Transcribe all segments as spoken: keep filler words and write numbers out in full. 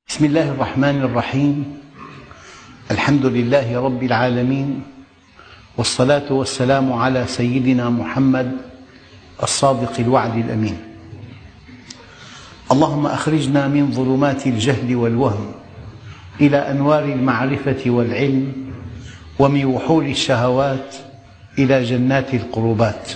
بسم الله الرحمن الرحيم. الحمد لله رب العالمين، والصلاة والسلام على سيدنا محمد الصادق الوعد الأمين. اللهم أخرجنا من ظلمات الجهل والوهم إلى أنوار المعرفة والعلم، ومن وحول الشهوات إلى جنات القربات.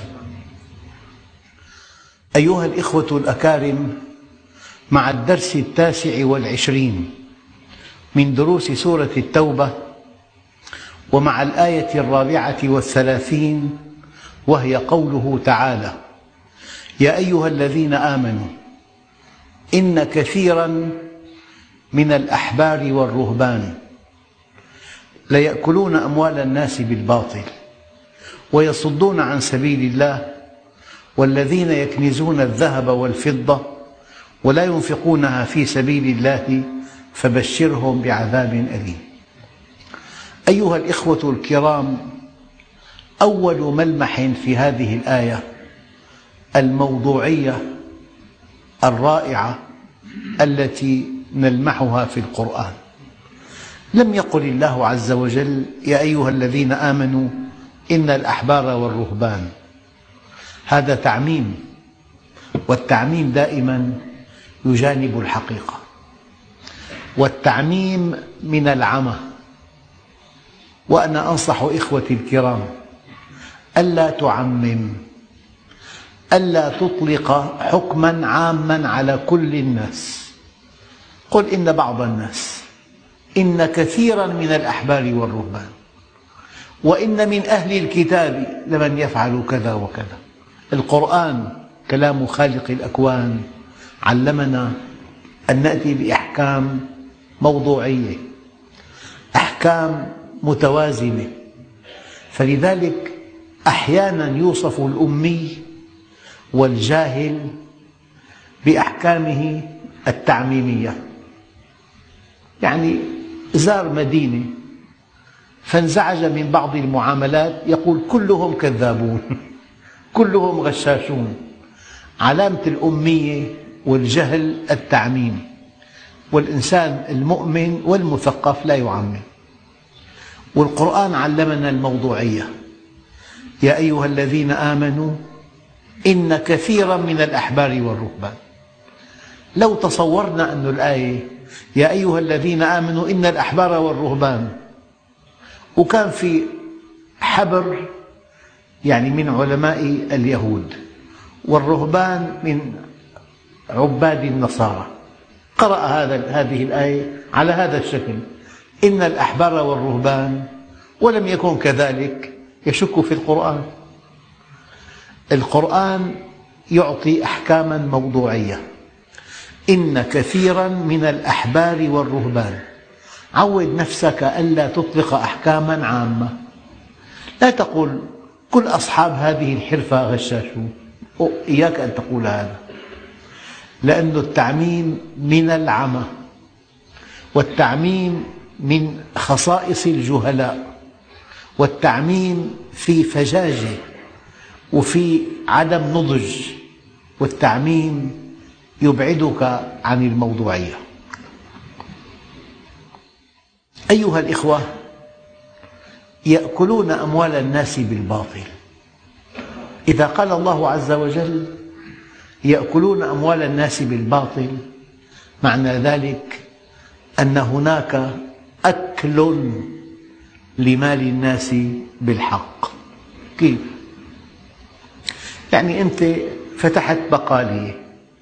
أيها الإخوة الأكارم، مع الدرس التاسع والعشرين من دروس سورة التوبة، ومع الآية الرابعة والثلاثين، وهي قوله تعالى: يا أيها الذين آمنوا إن كثيرا من الأحبار والرهبان ليأكلون أموال الناس بالباطل ويصدون عن سبيل الله، والذين يكنزون الذهب والفضة ولا ينفقونها في سبيل الله فبشرهم بعذاب أليم. أيها الإخوة الكرام، أول ملمح في هذه الآية الموضوعية الرائعة التي نلمحها في القرآن. لم يقل الله عز وجل: يا أيها الذين آمنوا إن الأحبار والرهبان. هذا تعميم، والتعميم دائما يجانب الحقيقة، والتعميم من العمى. وأنا أنصح إخوتي الكرام ألا تعمم، ألا تطلق حكما عاما على كل الناس. قل إن بعض الناس، إن كثيرا من الأحبار والرهبان، وإن من أهل الكتاب لمن يفعل كذا وكذا. القرآن كلام خالق الأكوان علمنا أن نأتي بأحكام موضوعية، أحكام متوازنة. فلذلك أحيانا يوصف الأمي والجاهل بأحكامه التعميمية. يعني زار مدينة فانزعج من بعض المعاملات، يقول: كلهم كذابون، كلهم غشاشون. علامة الأمية والجهل التعميم، والإنسان المؤمن والمثقف لا يعمم. والقرآن علمنا الموضوعية: يا أيها الذين آمنوا إن كثيرا من الأحبار والرهبان. لو تصورنا أن الآية يا أيها الذين آمنوا إن الأحبار والرهبان، وكان في حبر يعني من علماء اليهود، والرهبان من عباد النصارى، قرأ هذا هذه الآية على هذا الشكل: إن الأحبار والرهبان، ولم يكن كذلك، يشك في القرآن. القرآن يعطي أحكاما موضوعية. إن كثيرا من الأحبار والرهبان. عود نفسك ألا تطلق أحكاما عامة. لا تقل كل أصحاب هذه الحرفة غشاشون، إياك أن تقول هذا، لأن التعميم من العمى، والتعميم من خصائص الجهلاء، والتعميم في فجاجة وفي عدم نضج، والتعميم يبعدك عن الموضوعية. أيها الإخوة، يأكلون أموال الناس بالباطل. إذا قال الله عز وجل يأكلون أموال الناس بالباطل، معنى ذلك أن هناك أكل لمال الناس بالحق. كيف؟ يعني أنت فتحت بقالية،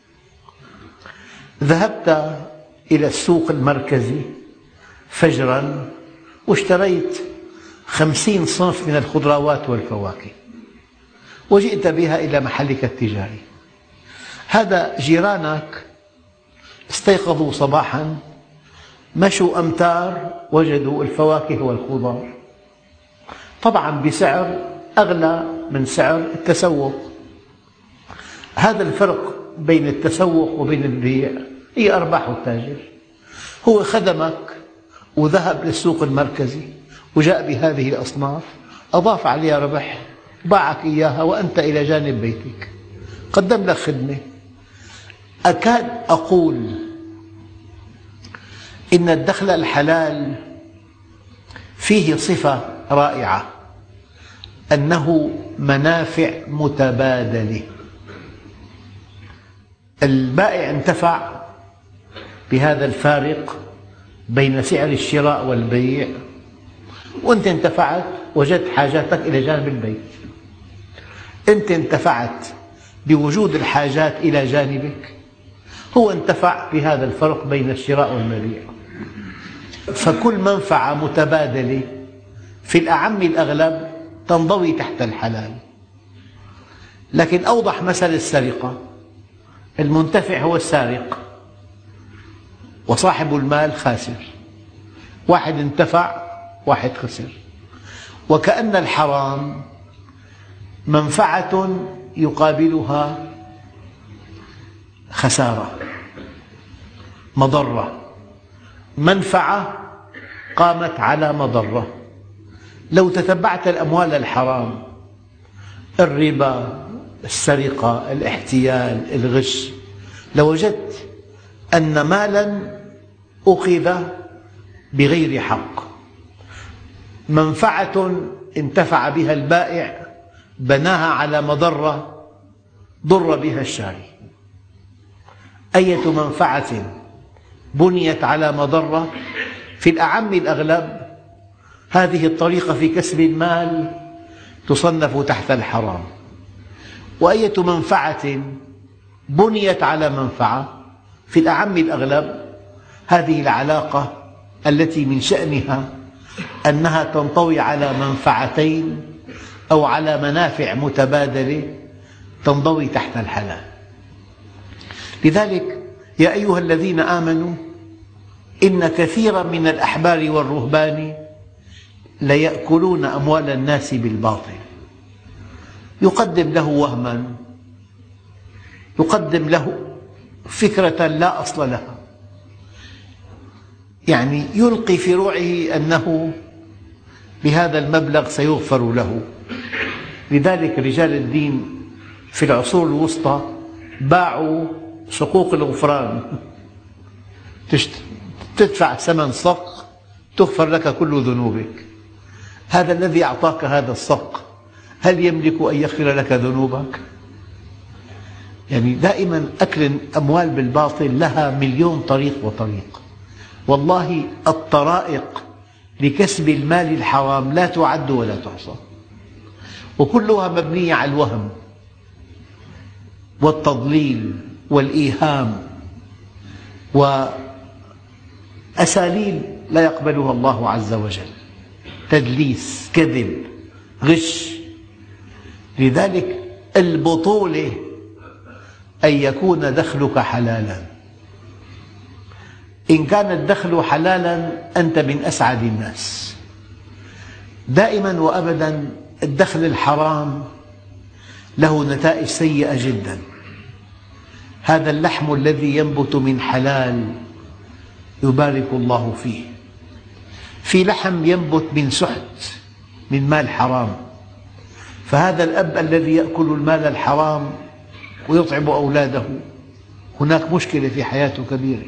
ذهبت إلى السوق المركزي فجرا واشتريت خمسين صنف من الخضروات والفواكه، وجئت بها إلى محلك التجاري. هذا جيرانك استيقظوا صباحا، مشوا أمتار، وجدوا الفواكه والخضار، طبعا بسعر أغلى من سعر التسوق. هذا الفرق بين التسوق وبين البيع هي أرباح التاجر. هو خدمك وذهب للسوق المركزي وجاء بهذه الأصناف، أضاف عليها ربح، باعك إياها وأنت إلى جانب بيتك، قدم لك خدمة. أكاد أقول إن الدخل الحلال فيه صفة رائعة، أنه منافع متبادلة. البائع انتفع بهذا الفارق بين سعر الشراء والبيع، وأنت انتفعت وجدت حاجاتك إلى جانب البيع. أنت انتفعت بوجود الحاجات إلى جانبك، هو انتفع بهذا الفرق بين الشراء والمبيع. فكل منفعة متبادلة في الأعم الأغلب تنضوي تحت الحلال. لكن أوضح مثل السرقة، المنتفع هو السارق وصاحب المال خاسر، واحد انتفع واحد خسر. وكأن الحرام منفعة يقابلها خسارة، مضرة، منفعة قامت على مضرة. لو تتبعت الأموال الحرام، الربا، السرقة، الاحتيال، الغش، لوجدت أن مالا أخذ بغير حق، منفعة انتفع بها البائع بناها على مضرة ضر بها الشاري. أية منفعة بنيت على مضرة في الأعم الأغلب، هذه الطريقة في كسب المال تصنف تحت الحرام. وأية منفعة بنيت على منفعة في الأعم الأغلب، هذه العلاقة التي من شأنها أنها تنطوي على منفعتين أو على منافع متبادلة تنضوي تحت الحلال. لذلك يا أيها الذين آمنوا إن كثيرا من الأحبار والرهبان ليأكلون أموال الناس بالباطل. يقدم له وهما، يقدم له فكرة لا أصل لها، يعني يلقي في روعه أنه بهذا المبلغ سيغفر له. لذلك رجال الدين في العصور الوسطى باعوا صكوك الغفران، تدفع ثمن صك تغفر لك كل ذنوبك. هذا الذي أعطاك هذا الصك هل يملك أن يغفر لك ذنوبك؟ يعني دائما أكل الأموال بالباطل لها مليون طريق وطريق. والله الطرائق لكسب المال الحرام لا تعد ولا تحصى، وكلها مبنية على الوهم والتضليل والإيهام وأساليب لا يقبلها الله عز وجل، تدليس، كذب، غش. لذلك البطولة أن يكون دخلك حلالا. إن كان الدخل حلالا أنت من أسعد الناس. دائما وأبدا الدخل الحرام له نتائج سيئة جدا. هذا اللحم الذي ينبت من حلال يبارك الله فيه. في لحم ينبت من سحت من مال حرام، فهذا الأب الذي يأكل المال الحرام ويطعم أولاده هناك مشكلة في حياته كبيرة.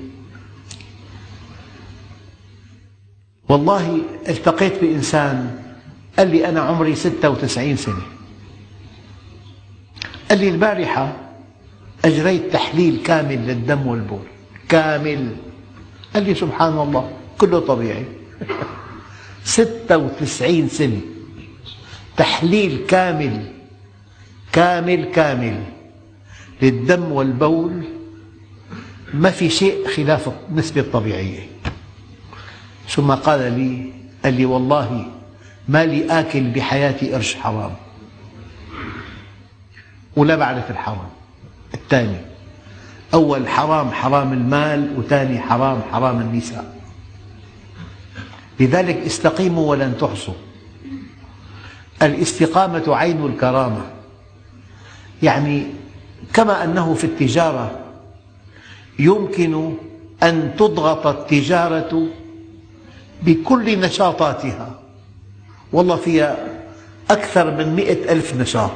والله التقيت بإنسان قال لي أنا عمري ستة وتسعين سنة، قال لي البارحة أجريت تحليل كامل للدم والبول كامل. قال لي سبحان الله كله طبيعي. ستة وتسعين سنة تحليل كامل كامل كامل للدم والبول، ما في شيء خلاف النسبة الطبيعية. ثم قال لي قال لي والله ما لي آكل بحياتي قرش حرام، ولا بعرف الحرام الثاني. أول حرام حرام المال، وثاني حرام حرام النساء. لذلك استقيموا ولن تحصوا. الاستقامة عين الكرامة. يعني كما أنه في التجارة يمكن أن تضغط التجارة بكل نشاطاتها، والله فيها أكثر من مئة ألف نشاط،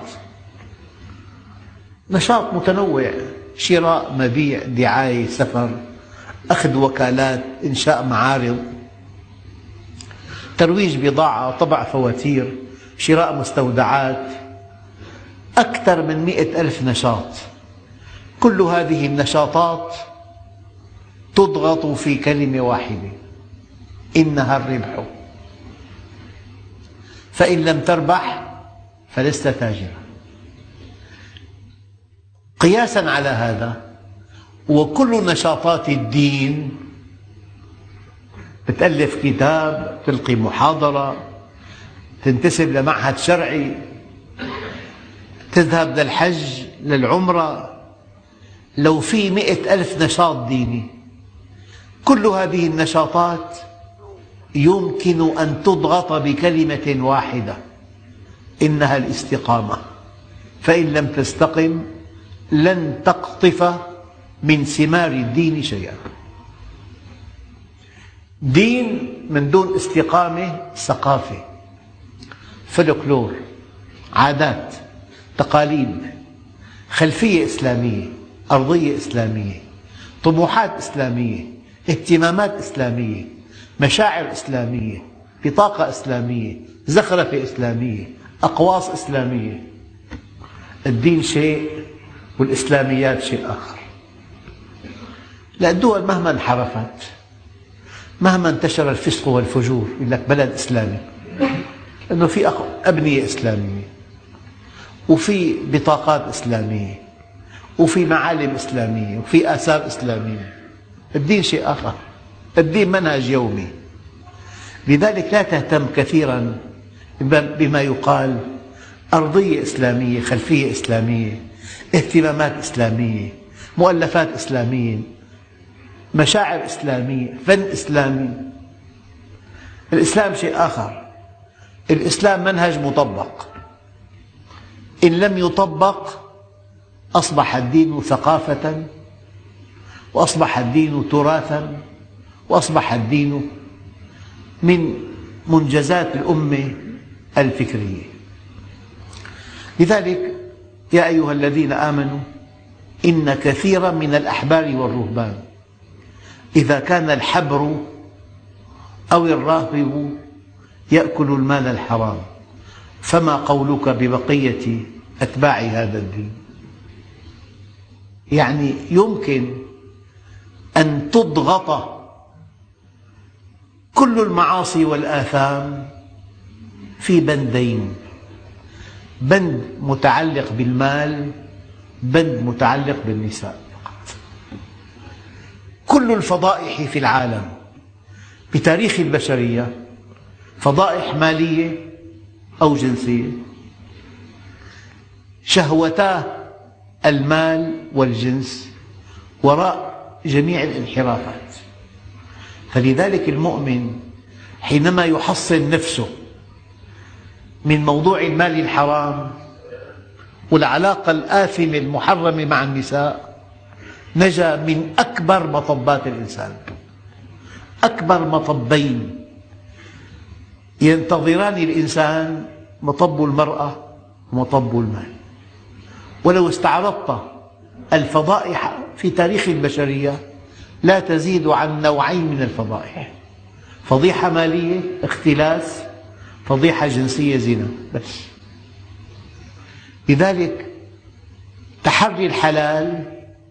نشاط متنوع، شراء، مبيع، دعاية، سفر، أخذ وكالات، إنشاء معارض، ترويج بضاعة، طبع فواتير، شراء مستودعات، أكثر من مئة ألف نشاط. كل هذه النشاطات تضغط في كلمة واحدة: إنها الربح. فإن لم تربح فلست تاجرا. قياسا على هذا، وكل نشاطات الدين، تألف كتاب، تلقي محاضرة، تنتسب لمعهد شرعي، تذهب للحج، للعمرة، لو في مئة ألف نشاط ديني، كل هذه النشاطات يمكن أن تضغط بكلمة واحدة: إنها الاستقامة. فإن لم تستقم لن تقطف من ثمار الدين شيئا. دين من دون استقامة ثقافة، فلكلور، عادات، تقاليد، خلفية إسلامية، أرضية إسلامية، طموحات إسلامية، اهتمامات إسلامية، مشاعر إسلامية، بطاقة إسلامية، زخرفة إسلامية، أقواس إسلامية. الدين شيء والإسلاميات شيء آخر. لا، الدول مهما انحرفت، مهما انتشر الفسق والفجور، يقول لك بلد إسلامي، لأنه في أبنية إسلامية، وفي بطاقات إسلامية، وفي معالم إسلامية، وفي آثار إسلامية. الدين شيء آخر. الدين منهج يومي. لذلك لا تهتم كثيرا بما يقال أرضية إسلامية، خلفية إسلامية، اهتمامات إسلامية، مؤلفات إسلامية، مشاعر إسلامية، فن إسلامي. الإسلام شيء آخر. الإسلام منهج مطبق. إن لم يطبق أصبح الدين ثقافة، وأصبح الدين تراثا، وأصبح الدين من منجزات الأمة الفكرية. لذلك يا أيها الذين آمنوا إن كثيرا من الأحبار والرهبان إذا كان الحبر أو الراهب يأكل المال الحرام، فما قولك ببقية أتباع هذا الدين؟ يعني يمكن أن تضغط كل المعاصي والآثام في بندين: بند متعلق بالمال، بند متعلق بالنساء فقط. كل الفضائح في العالم بتاريخ البشرية فضائح مالية أو جنسية، شهوتا المال والجنس وراء جميع الانحرافات. فلذلك المؤمن حينما يحصن نفسه من موضوع المال الحرام والعلاقة الآثمة المحرمة مع النساء، نجا من أكبر مطبات الإنسان. أكبر مطبين ينتظران الإنسان: مطب المرأة ومطب المال. ولو استعرضت الفضائح في تاريخ البشرية لا تزيد عن نوعين من الفضائح: فضيحة مالية، اختلاس، فضيحة جنسية، زنا، بس. لذلك تحري الحلال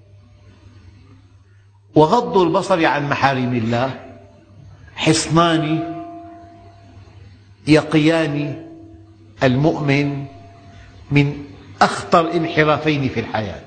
وغض البصر عن محارم الله حصنان يقيان المؤمن من أخطر انحرافين في الحياة.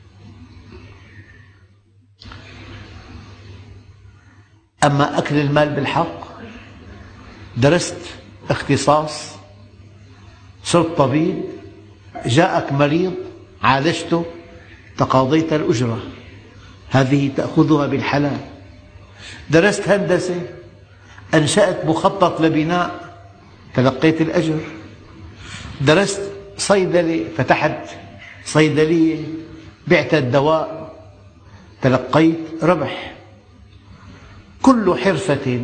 أما أكل المال بالحق، درست اختصاص، صرت طبيب، جاءك مريض عالجته، تقاضيت الأجرة، هذه تأخذها بالحلال. درست هندسة، أنشأت مخطط لبناء، تلقيت الأجر. درست صيدلة، فتحت صيدلية، بعت الدواء، تلقيت ربح. كل حرفة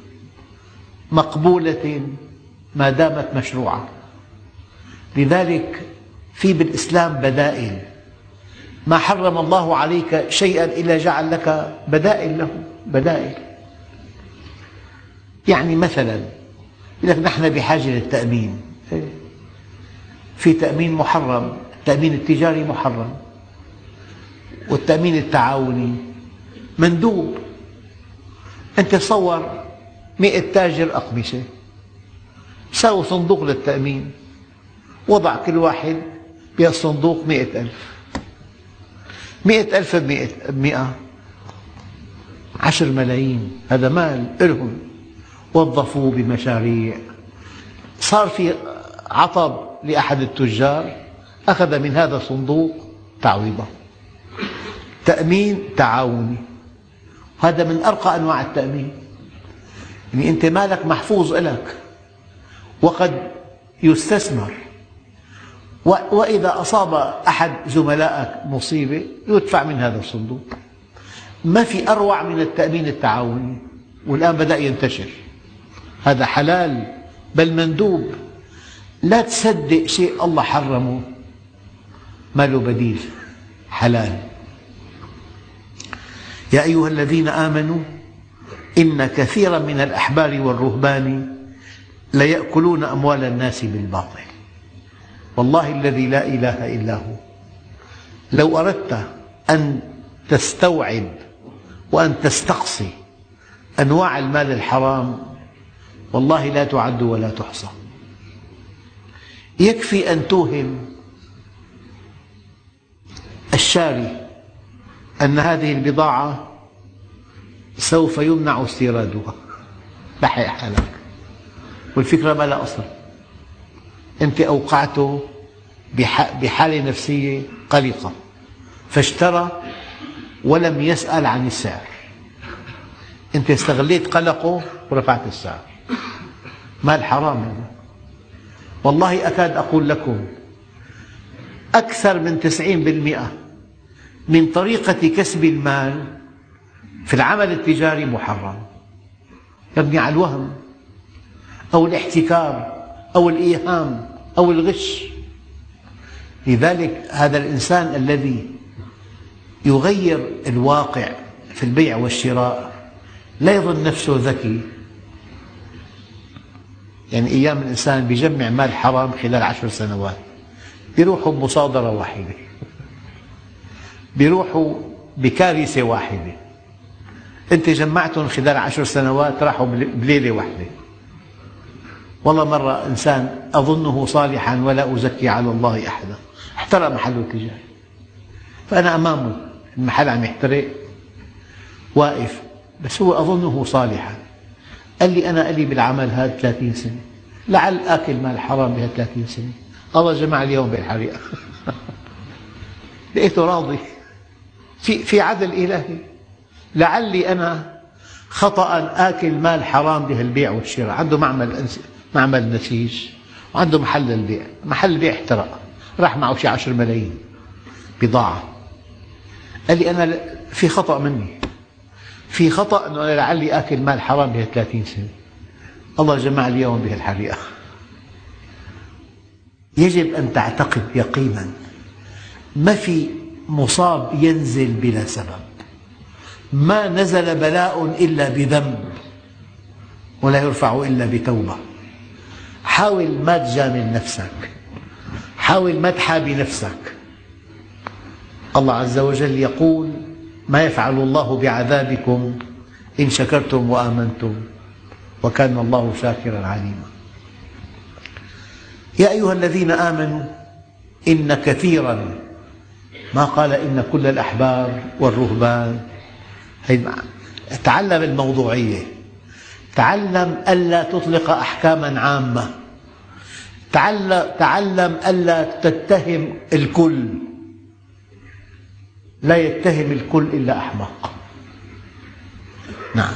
مقبولة ما دامت مشروعة. لذلك في بالإسلام بدائل. ما حرم الله عليك شيئا إلا جعل لك بدائل له، بدائل. يعني مثلا يقول لك نحن بحاجة للتأمين، في تأمين محرم، التأمين التجاري محرم، والتأمين التعاوني مندوب. أنت تصور مئة تاجر أقمشة سووا صندوق للتأمين، وضع كل واحد بهالصندوق مئة ألف، مئة ألف بمئة عشر ملايين، هذا مال إلهم، وظفوه بمشاريع. صار في عطب لأحد التجار، أخذ من هذا الصندوق تعويضة، تأمين تعاوني. هذا من أرقى أنواع التأمين. يعني أنت مالك محفوظ لك وقد يستثمر، وإذا أصاب أحد زملائك مصيبة يدفع من هذا الصندوق. ما في أروع من التأمين التعاوني، والآن بدأ ينتشر. هذا حلال بل مندوب. لا تصدق شيء الله حرمه ما له بديل، حلال. يا أيها الذين آمنوا إن كثيرا من الأحبار والرهبان ليأكلون أموال الناس بالباطل. والله الذي لا إله إلا هو، لو أردت أن تستوعب وأن تستقصي أنواع المال الحرام والله لا تعد ولا تحصى. يكفي أن توهم الشاري أن هذه البضاعة سوف يمنع استيرادها، لحق حالك، والفكرة ما لها أصل. أنت أوقعته بحالة نفسية قلقة فاشترى ولم يسأل عن السعر، أنت استغليت قلقه ورفعت السعر. مال حرام هذا. والله أكاد أقول لكم أكثر من تسعين بالمئة من طريقة كسب المال في العمل التجاري محرم، يبني على الوهم أو الاحتكار أو الإيهام أو الغش. لذلك هذا الإنسان الذي يغير الواقع في البيع والشراء لا يظن نفسه ذكي. يعني أيام الإنسان بيجمع مال حرام خلال عشر سنوات، بيروحوا بمصادرة واحدة، بيروحوا بكارثة واحدة. أنت جمعتهم خلال عشر سنوات راحوا بليلة واحدة. والله مرة إنسان أظنه صالحا ولا أزكي على الله أحدا، احترق محله التجاري، فأنا أمامه المحل عم يحترق واقف، بس هو أظنه صالحا. قال لي أنا لي بالعمل هذا ثلاثين سنة، لعل آكل مال حرام بها ثلاثين سنة، الله جمع اليوم بالحريقة. لقيته راضي، في في عدل إلهي. لعلي أنا خطأ آكل مال حرام بهالبيع والشراء. عنده معمل معمل نسيج وعنده محل البيع، محل البيع احترق، راح معه شي عشر ملايين بضاعة. قال لي أنا في خطأ مني، في خطأ أنه أنا لعلي آكل مال حرام بها ثلاثين سنة، الله جمع اليوم بهالحريقة. يجب أن تعتقد يقينا ما في مصاب ينزل بلا سبب، ما نزل بلاء إلا بذنب ولا يرفع إلا بتوبة. حاول ما تجامل نفسك، حاول ما تحابي نفسك. الله عز وجل يقول ما يفعل الله بعذابكم إن شكرتم وآمنتم وكان الله شاكرا عليما. يا أيها الذين آمنوا إن كثيرا، ما قال إن كل الأحبار والرهبان. تعلم الموضوعية، تعلم ألا تطلق أحكاما عامة، تعلم ألا تتهم الكل. لا يتهم الكل إلا أحمق. نعم.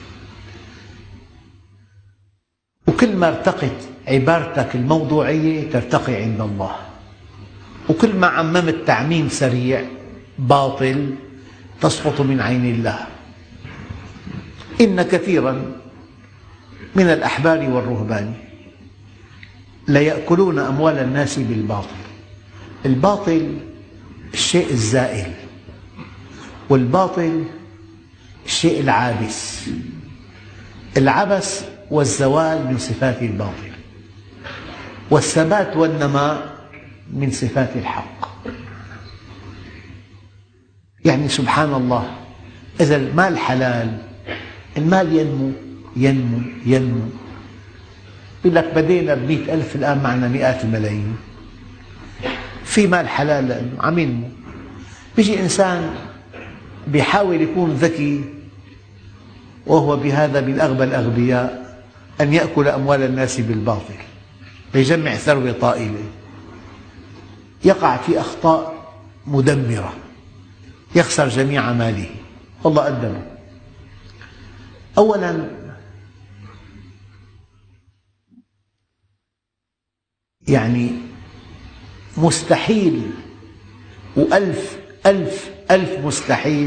وكل ما ارتقت عبارتك الموضوعية ترتقي عند الله، وكل ما عممت تعميم سريع باطل تسقط من عين الله. إن كثيرا من الأحبار والرهبان ليأكلون أموال الناس بالباطل. الباطل الشيء الزائل، والباطل الشيء العابس. العبث والزوال من صفات الباطل، والثبات والنماء من صفات الحق. يعني سبحان الله، إذا المال حلال، المال ينمو ينمو ينمو. يقول لك بدينا بمئة ألف الآن معنا مئات الملايين. في مال حلال لأنه عم ينمو. بيجي إنسان بيحاول يكون ذكي، وهو بهذا من أغبى الأغبياء، أن يأكل أموال الناس بالباطل ليجمع ثروة طائلة، يقع في أخطاء مدمرة، يخسر جميع ماله. والله أدبه. أولاً يعني مستحيل، وألف ألف ألف مستحيل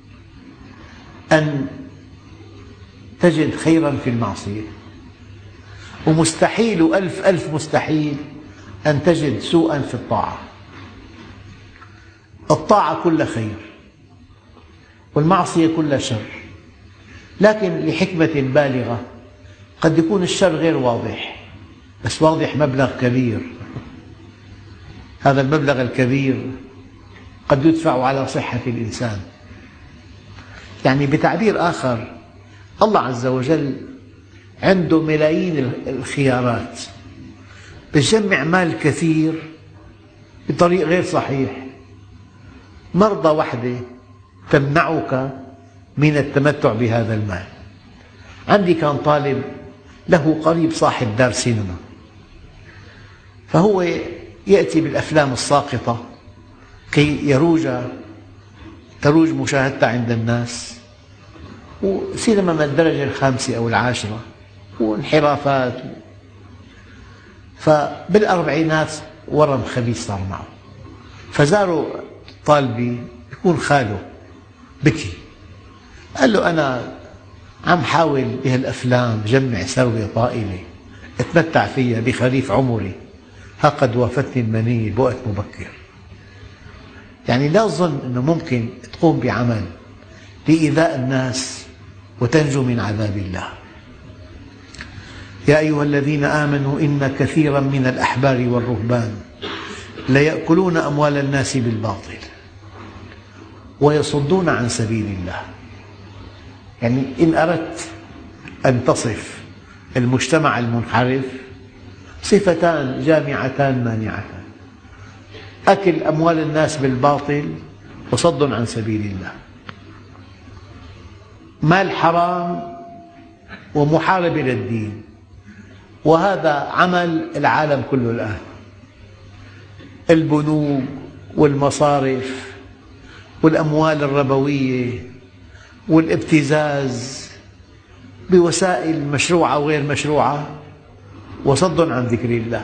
أن تجد خيراً في المعصية، ومستحيل وألف ألف مستحيل أن تجد سوءاً في الطاعة. الطاعة كلها خير، والمعصية كلها شر، لكن لحكمة بالغة قد يكون الشر غير واضح، بس واضح مبلغ كبير. هذا المبلغ الكبير قد يدفع على صحة الإنسان. يعني بتعبير آخر، الله عز وجل عنده ملايين الخيارات، بيجمع مال كثير بطريق غير صحيح. مرضى وحدة تمنعك من التمتع بهذا المال. عندي كان طالب له قريب صاحب دار سينما، فهو يأتي بالأفلام الساقطة كي يروج تروج مشاهدتها عند الناس، وسينما من الدرجة الخامسة أو العاشرة، وانحرافات. فبالأربعينات ورم خبيث صار معه، فزاروا طالبي يكون خاله، بكي، قال له أنا عم حاول بهالأفلام جمع ثروة طائلة أتمتع فيها بخريف عمري، ها قد وافتني المنية بوقت مبكر. يعني لا تظن أنه ممكن تقوم بعمل لإيذاء الناس وتنجو من عذاب الله. يا أيها الذين آمنوا إن كثيرا من الأحبار والرهبان ليأكلون أموال الناس بالباطل ويصدون عن سبيل الله. يعني إن أردت أن تصف المجتمع المنحرف، صفتان جامعتان مانعتان: أكل أموال الناس بالباطل وصد عن سبيل الله. مال حرام ومحاربة للدين، وهذا عمل العالم كله الآن. البنوك والمصارف والأموال الربوية والابتزاز بوسائل مشروعة وغير مشروعة، وصد عن ذكر الله.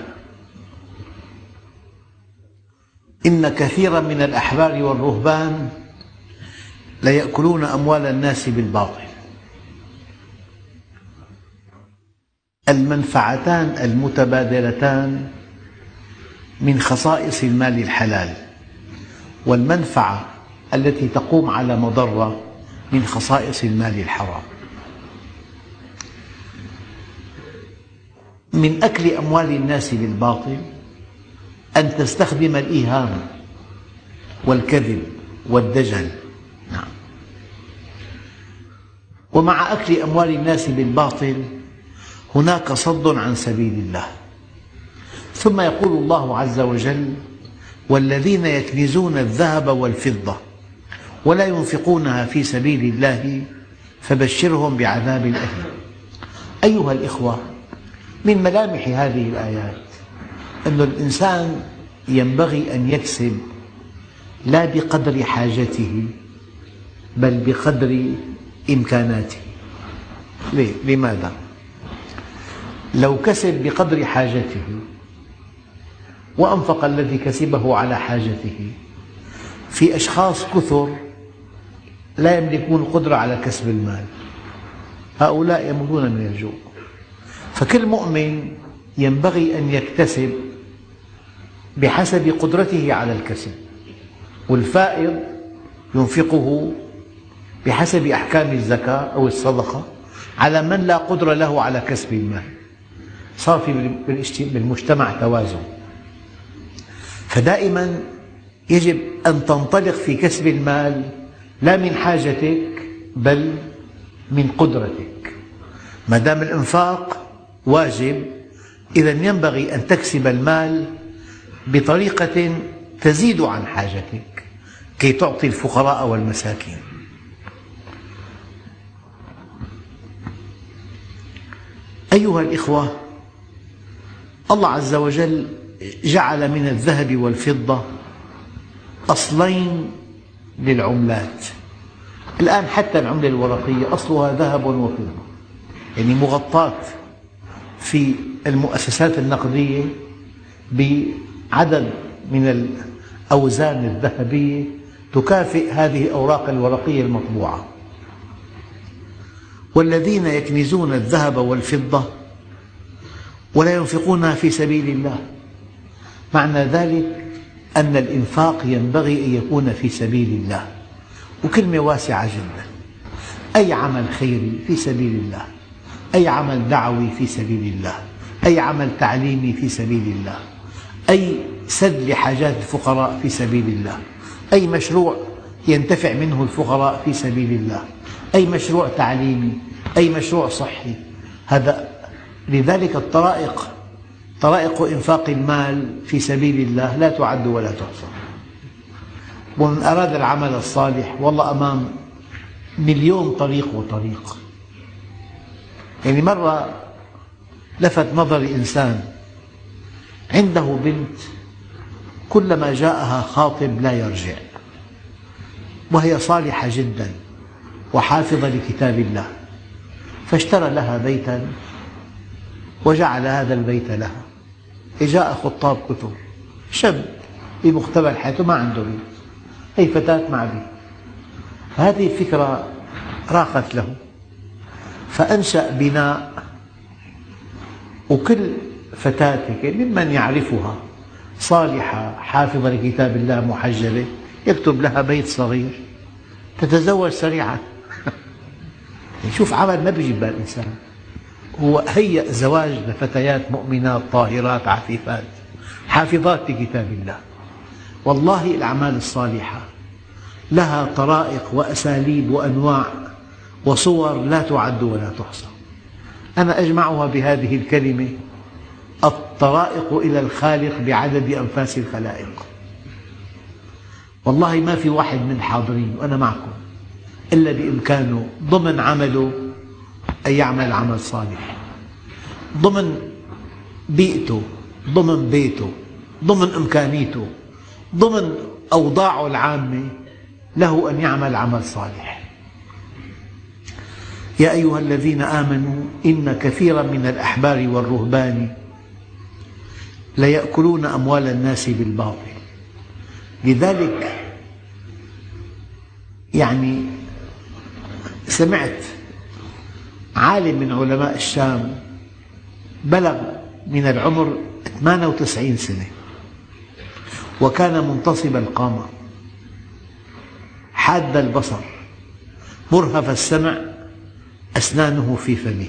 إن كثيرا من الأحبار والرهبان ليأكلون أموال الناس بالباطل. المنفعتان المتبادلتان من خصائص المال الحلال، والمنفعة التي تقوم على مضرة من خصائص المال الحرام. من أكل أموال الناس بالباطل أن تستخدم الإيهام والكذب والدجل. نعم. ومع أكل أموال الناس بالباطل هناك صد عن سبيل الله. ثم يقول الله عز وجل: والذين يكنزون الذهب والفضة ولا ينفقونها في سبيل الله فبشرهم بعذاب أليم. أيها الإخوة، من ملامح هذه الآيات أن الإنسان ينبغي أن يكسب لا بقدر حاجته بل بقدر إمكاناته. ليه؟ لماذا؟ لو كسب بقدر حاجته وأنفق الذي كسبه على حاجته، في أشخاص كثر لا يملكون القدرة على كسب المال، هؤلاء يموتون من الجوع. فكل مؤمن ينبغي أن يكتسب بحسب قدرته على الكسب، والفائض ينفقه بحسب أحكام الزكاة أو الصدقة على من لا قدرة له على كسب المال. صار في بالمجتمع توازن. فدائما يجب أن تنطلق في كسب المال لا من حاجتك بل من قدرتك. ما دام الإنفاق واجب، إذن ينبغي أن تكسب المال بطريقة تزيد عن حاجتك كي تعطي الفقراء والمساكين. أيها الإخوة، الله عز وجل جعل من الذهب والفضة أصلين للعملات. الآن حتى العملة الورقية أصلها ذهب وفضة، يعني مغطاة في المؤسسات النقدية بعدد من الأوزان الذهبية تكافئ هذه الأوراق الورقية المطبوعة. والذين يكنزون الذهب والفضة ولا ينفقونها في سبيل الله. معنى ذلك أن الإنفاق ينبغي أن يكون في سبيل الله، وكلمة واسعة جدا. أي عمل خيري في سبيل الله، أي عمل دعوي في سبيل الله، أي عمل تعليمي في سبيل الله، أي سد لحاجات الفقراء في سبيل الله، أي مشروع ينتفع منه الفقراء في سبيل الله، أي مشروع تعليمي، أي مشروع صحي. هذا لذلك الطرائق طرائق إنفاق المال في سبيل الله لا تعد ولا تحصى. ومن أراد العمل الصالح والله أمام مليون طريق وطريق. يعني مرة لفت نظري إنسان عنده بنت كلما جاءها خاطب لا يرجع، وهي صالحة جدا وحافظة لكتاب الله، فاشترى لها بيتا وجعل هذا البيت لها. جاء خطاب كتب، شاب بمقتبل حياته ما عنده بيت، هي فتاة مع بيت. هذه الفكرة راقت له، فأنشأ بناء، وكل فتاة ممن يعرفها صالحة حافظة لكتاب الله محجبة يكتب لها بيت صغير تتزوج سريعا. شوف عمل ما بيجي ببال الإنسان. هو هيأ زواج لفتيات مؤمنات طاهرات عفيفات حافظات لكتاب الله. والله الأعمال الصالحة لها طرائق وأساليب وأنواع وصور لا تعد ولا تحصى. أنا أجمعها بهذه الكلمة: الطرائق إلى الخالق بعدد أنفاس الخلائق. والله ما في واحد من الحاضرين وأنا معكم إلا بإمكانه ضمن عمله أن يعمل عمل صالح، ضمن بيئته، ضمن بيته، ضمن إمكانيته، ضمن أوضاعه العامة، له أن يعمل عمل صالح. يا أيها الذين آمنوا إن كثيرا من الأحبار والرهبان ليأكلون أموال الناس بالباطل. لذلك يعني سمعت عالم من علماء الشام بلغ من العمر ثمانية وتسعين سنة، وكان منتصب القامة حاد البصر مرهف السمع، أسنانه في فمه.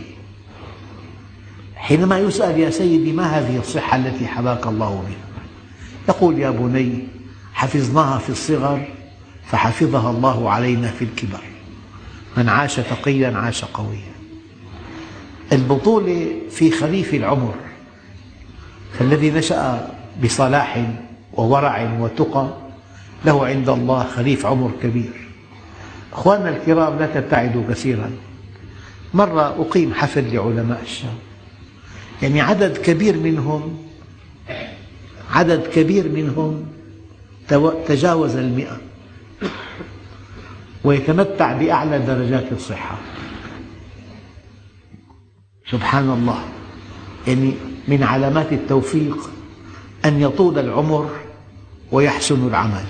حينما يسأل: يا سيدي ما هذه الصحة التي حباك الله بها؟ يقول: يا بني، حفظناها في الصغر فحفظها الله علينا في الكبر. من عاش تقيا عاش قويا. البطولة في خريف العمر، فالذي نشأ بصلاح وورع وتقى له عند الله خريف عمر كبير. أخواننا الكرام، لا تبتعدوا كثيرا. مرة أقيم حفل لعلماء الشام، يعني عدد كبير منهم عدد كبير منهم تجاوز المئة، ويتمتع بأعلى درجات الصحة. سبحان الله. يعني من علامات التوفيق أن يطول العمر ويحسن العمل.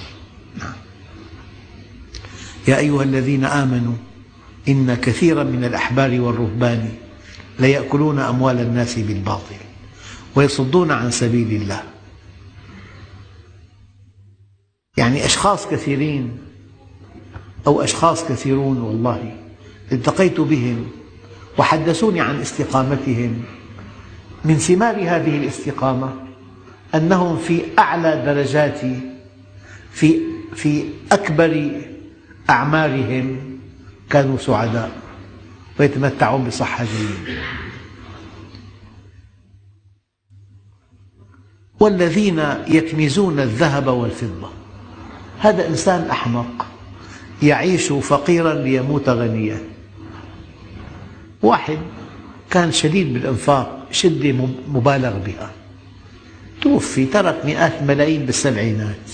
يا أيها الذين آمنوا إن كثيرا من الأحبار والرهبان ليأكلون أموال الناس بالباطل ويصدون عن سبيل الله. يعني أشخاص كثيرين أو أشخاص كثيرون والله التقيت بهم وحدثوني عن استقامتهم. من ثمار هذه الاستقامة أنهم في أعلى درجات في في أكبر أعمارهم كانوا سعداء ويتمتعون بصحة جيدة. والذين يكنزون الذهب والفضة، هذا إنسان أحمق يعيش فقيرا ليموت غنيا. واحد كان شديد بالإنفاق شدة مبالغ بها، توفي ترك مئات الملايين بالسبعينات.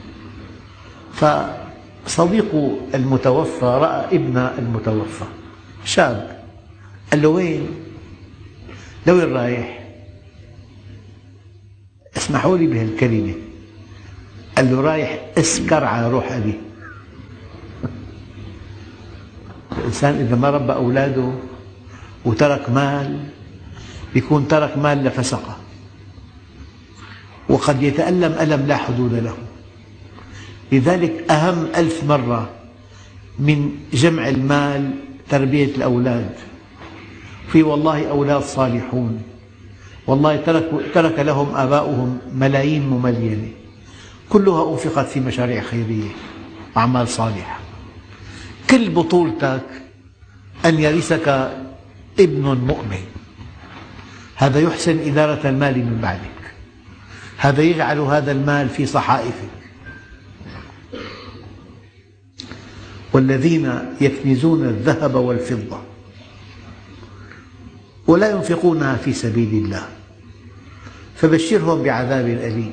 فصديق المتوفى رأى ابن المتوفى شاب، قال له وين؟ لوين رايح؟ اسمحوا لي بهالكلمة، قال له رايح أسكر على روح أبي. الإنسان إذا ما ربى أولاده وترك مال يكون ترك مال لفسقة، وقد يتألم ألم لا حدود له. لذلك أهم ألف مرة من جمع المال تربية الأولاد. في والله أولاد صالحون والله ترك, ترك لهم آباؤهم ملايين مملينة كلها أنفقت في مشاريع خيرية وأعمال صالحة. كل بطولتك أن يرثك ابن مؤمن، هذا يحسن إدارة المال من بعدك، هذا يجعل هذا المال في صحائفك. والذين يكنزون الذهب والفضة ولا ينفقونها في سبيل الله فبشرهم بعذاب أليم.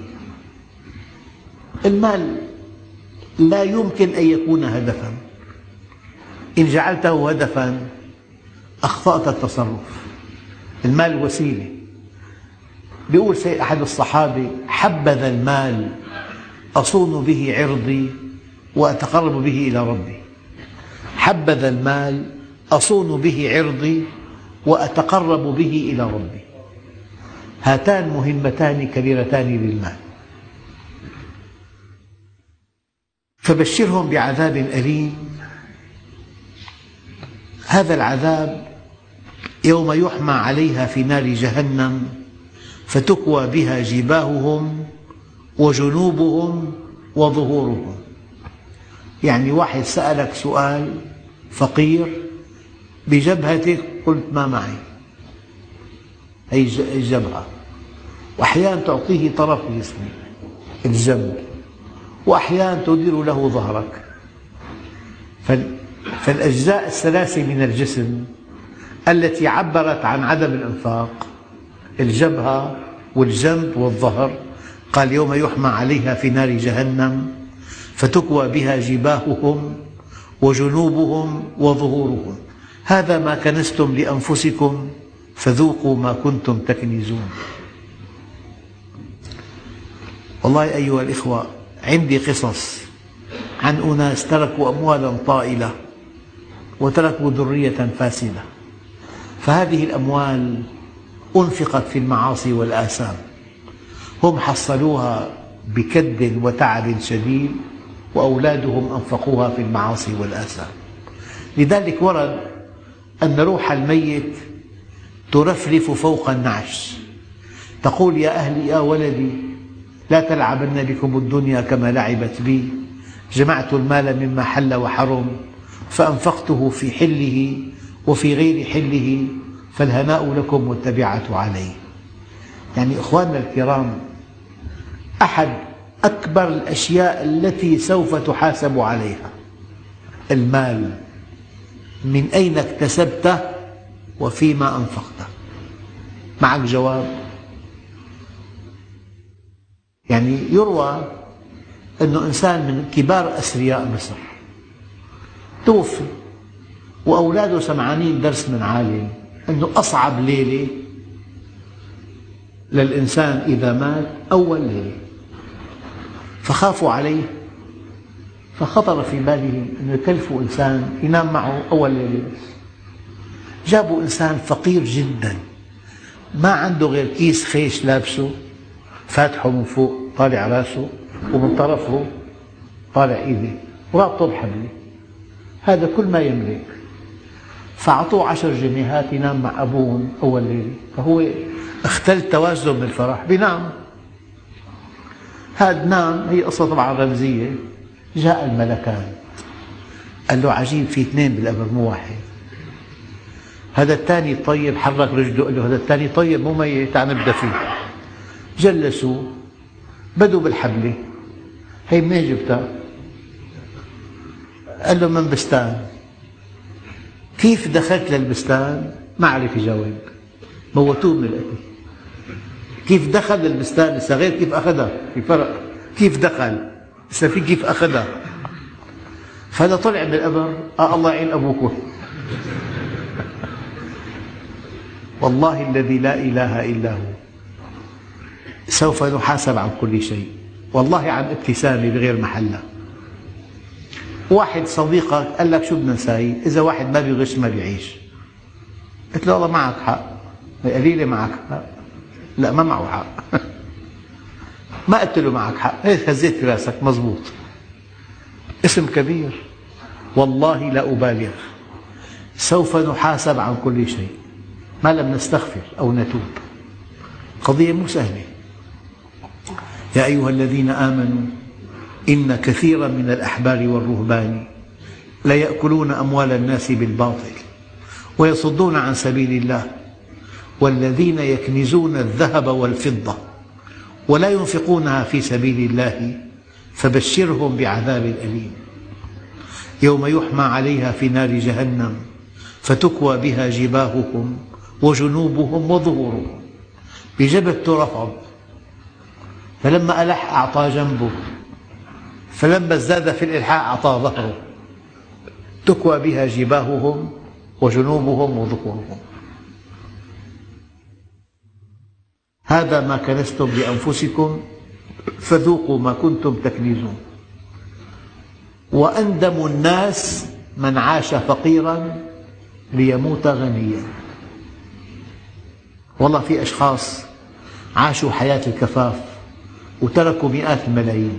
المال لا يمكن أن يكون هدفا، إن جعلته هدفا أخطأت التصرف. المال وسيلة. يقول أحد الصحابة: حبذا المال أصون به عرضي وأتقرب به إلى ربي. حبذا المال أصون به عرضي وأتقرب به إلى ربي. هاتان مهمتان كبيرتان للمال. فبشرهم بعذاب أليم. هذا العذاب يوم يحمى عليها في نار جهنم فتكوى بها جباههم وجنوبهم وظهورهم. يعني واحد سألك سؤال فقير بجبهتك قلت ما معي، هي الجبهة، وأحيانا تعطيه طرف جسمك الجنب، وأحيانا تدير له ظهرك. فالأجزاء الثلاثة من الجسم التي عبرت عن عدم الإنفاق، الجبهة والجنب والظهر، قال يوم يحمى عليها في نار جهنم فتكوى بها جباههم وجنوبهم وظهورهم. هذا ما كنزتم لأنفسكم فذوقوا ما كنتم تكنزون. والله أيها الإخوة، عندي قصص عن أناس تركوا أموالا طائلة وتركوا ذرية فاسدة، فهذه الأموال أنفقت في المعاصي والآثام. هم حصلوها بكد وتعب شديد، وأولادهم أنفقوها في المعاصي والآثام. لذلك ورد أن روح الميت ترفرف فوق النعش تقول: يا أهلي يا ولدي لا تلعبن بكم الدنيا كما لعبت بي، جمعت المال مما حل وحرم فأنفقته في حله وفي غير حله فالهناء لكم والتبعة عليه. يعني إخواننا الكرام، أحد أكبر الأشياء التي سوف تحاسب عليها المال، من أين اكتسبته وفيما أنفقته. معك جواب؟ يعني يروى أن إنسان من كبار أثرياء مصر توفي وأولاده سمعانين درس من عالم أنه أصعب ليلة للإنسان إذا مات أول ليلة، فخافوا عليه، فخطر في بالهم أن يكلفوا إنسان ينام معه أول ليلة بس. جابوا إنسان فقير جدا ما عنده غير كيس خيش لابسه فاتحه من فوق طالع راسه ومن طرفه طالع إيدي ورابطه بحبلي، هذا كل ما يملك. فأعطوه عشر جنيهات ينام مع أبوه أول ليلة، فهو اختل توازنه من الفرح بينام. هذا نام، هي قصة طبعا رمزية. جاء الملكان قال له عجيب، في اثنين بالقبر مو واحد. هذا الثاني طيب، حرك رجله قال له هذا الثاني طيب مو ميت، تعال نبدأ فيه. جلسوا بدوا بالحبلة. هي منين جبتها؟ قال له من بستان. كيف دخلت للبستان؟ ما عرف يجاوب، موتوه من القتل. كيف دخل للبستان؟ لسه غير كيف أخذها، في فرق. كيف دخل لسه في كيف أخذها. فهذا طلع من القبر، آه الله يعين أبوكم. والله الذي لا إله إلا هو سوف نحاسب عن كل شيء، والله عن ابتسامة بغير محلها. واحد صديقك قال لك شو بدنا نساوي؟ إذا واحد ما بيغش ما بيعيش. قلت له والله معك حق، قليلة معك حق. لا ما معه حق. ما قلت له معك حق، هيك هزيت في راسك مزبوط. اسم كبير، والله لا أبالغ، سوف نحاسب عن كل شيء ما لم نستغفر أو نتوب. قضية مو سهلة. يا أيها الذين آمنوا إن كثيرا من الأحبار والرهبان ليأكلون أموال الناس بالباطل ويصدون عن سبيل الله والذين يكنزون الذهب والفضة ولا ينفقونها في سبيل الله فبشرهم بعذاب أليم يوم يحمى عليها في نار جهنم فتكوى بها جباههم وجنوبهم وظهورهم. بجبهته رفض، فلما ألح أعطى جنبه، فلما ازداد في الإلحاح أعطى ظهره. تكوى بها جباههم وجنوبهم وظهورهم. هذا ما كنزتم لأنفسكم فذوقوا ما كنتم تكنزون. وأندم الناس من عاش فقيرا ليموت غنيا. والله في أشخاص عاشوا حياة الكفاف وتركوا مئات الملايين.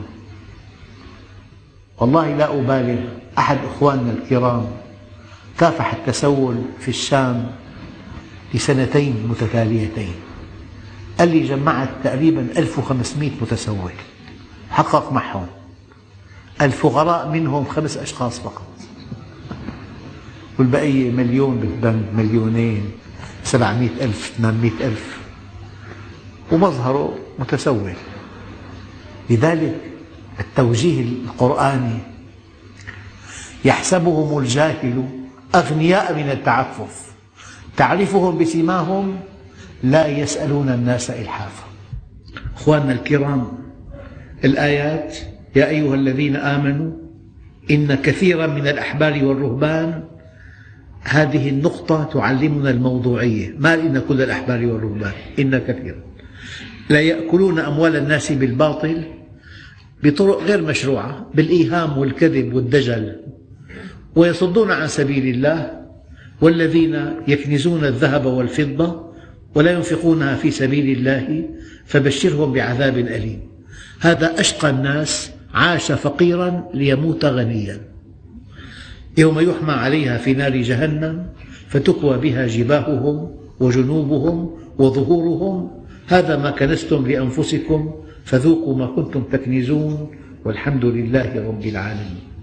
والله لا أبالغ، أحد أخواننا الكرام كافح التسول في الشام لسنتين متتاليتين. قال لي جمعت تقريبا ألف وخمسمئة متسول، حقق معهم. الفقراء منهم خمس أشخاص فقط، والبقية مليون بالبنك، مليونين، سبعمئة ألف، ثمانمئة ألف، ومظهره متسول. لذلك التوجيه القرآني يحسبهم الجاهل أغنياء من التعفف تعرفهم بسيماهم لا يسألون الناس إلحافا. أخواننا الكرام، الآيات يا أيها الذين آمنوا إن كثيرا من الأحبار والرهبان، هذه النقطة تعلمنا الموضوعية. ما إن كل الأحبار والرهبان، إن كثيرا لا يأكلون أموال الناس بالباطل بطرق غير مشروعة، بالإيهام والكذب والدجل، ويصدون عن سبيل الله والذين يكنزون الذهب والفضة ولا ينفقونها في سبيل الله فبشرهم بعذاب أليم. هذا أشقى الناس، عاش فقيرا ليموت غنيا. يوم يحمى عليها في نار جهنم فتكوى بها جباههم وجنوبهم وظهورهم هذا ما كنزتم لأنفسكم فذوقوا ما كنتم تكنزون والحمد لله رب العالمين.